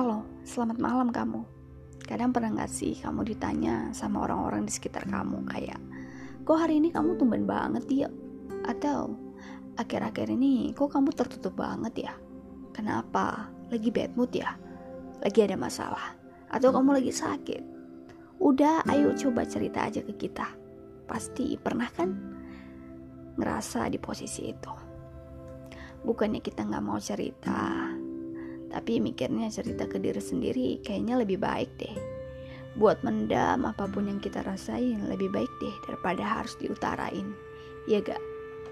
Halo, selamat malam kamu. Kadang pernah gak sih kamu ditanya sama orang-orang di sekitar kamu kayak, kok hari ini kamu tumben banget ya? Atau, akhir-akhir ini kok kamu tertutup banget ya? Kenapa? Lagi bad mood ya? Lagi ada masalah? Atau kamu lagi sakit? Udah, ayo coba cerita aja ke kita. Pasti pernah kan ngerasa di posisi itu. Bukannya kita gak mau cerita, tapi mikirnya cerita ke diri sendiri kayaknya lebih baik deh. Buat mendam apapun yang kita rasain lebih baik deh daripada harus diutarain. Ya gak?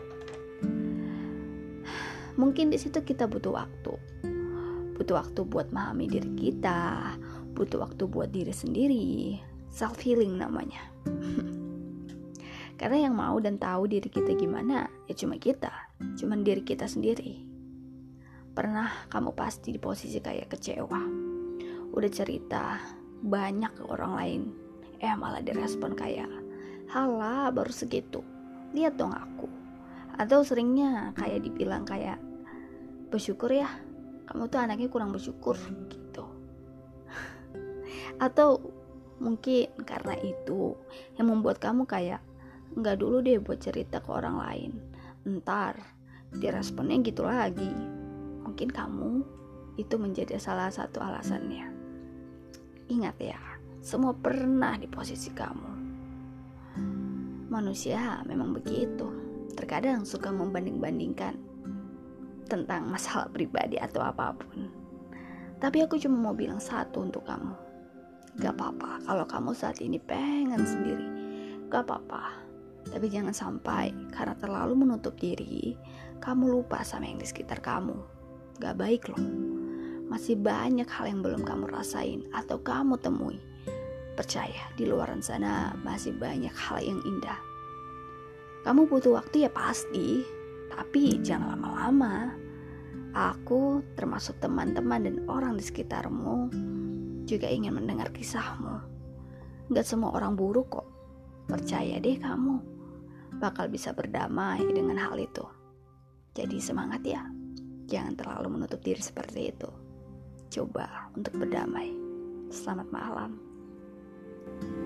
Mungkin di situ kita butuh waktu. Butuh waktu buat memahami diri kita, butuh waktu buat diri sendiri. Self healing namanya. Karena yang mau dan tahu diri kita gimana ya cuma kita, cuma diri kita sendiri. Pernah kamu pasti di posisi kayak kecewa, udah cerita banyak ke orang lain, malah direspon kayak, halah baru segitu, lihat dong aku. Atau seringnya kayak dibilang kayak, bersyukur ya, kamu tuh anaknya kurang bersyukur gitu. Atau mungkin karena itu yang membuat kamu kayak, enggak dulu deh buat cerita ke orang lain, ntar diresponnya gitu lagi. Mungkin kamu itu menjadi salah satu alasannya. Ingat ya, semua pernah di posisi kamu. Manusia memang begitu. Terkadang suka membanding-bandingkan tentang masalah pribadi atau apapun. Tapi aku cuma mau bilang satu untuk kamu. Gak apa-apa kalau kamu saat ini pengen sendiri. Gak apa-apa. Tapi jangan sampai karena terlalu menutup diri, kamu lupa sama yang di sekitar kamu. Gak baik loh. Masih banyak hal yang belum kamu rasain atau kamu temui. Percaya, di luaran sana masih banyak hal yang indah. Kamu butuh waktu ya pasti, tapi jangan lama-lama. Aku termasuk teman-teman dan orang di sekitarmu juga ingin mendengar kisahmu. Gak semua orang buruk kok. Percaya deh kamu bakal bisa berdamai dengan hal itu. Jadi semangat ya. Jangan terlalu menutup diri seperti itu. Coba untuk berdamai. Selamat malam.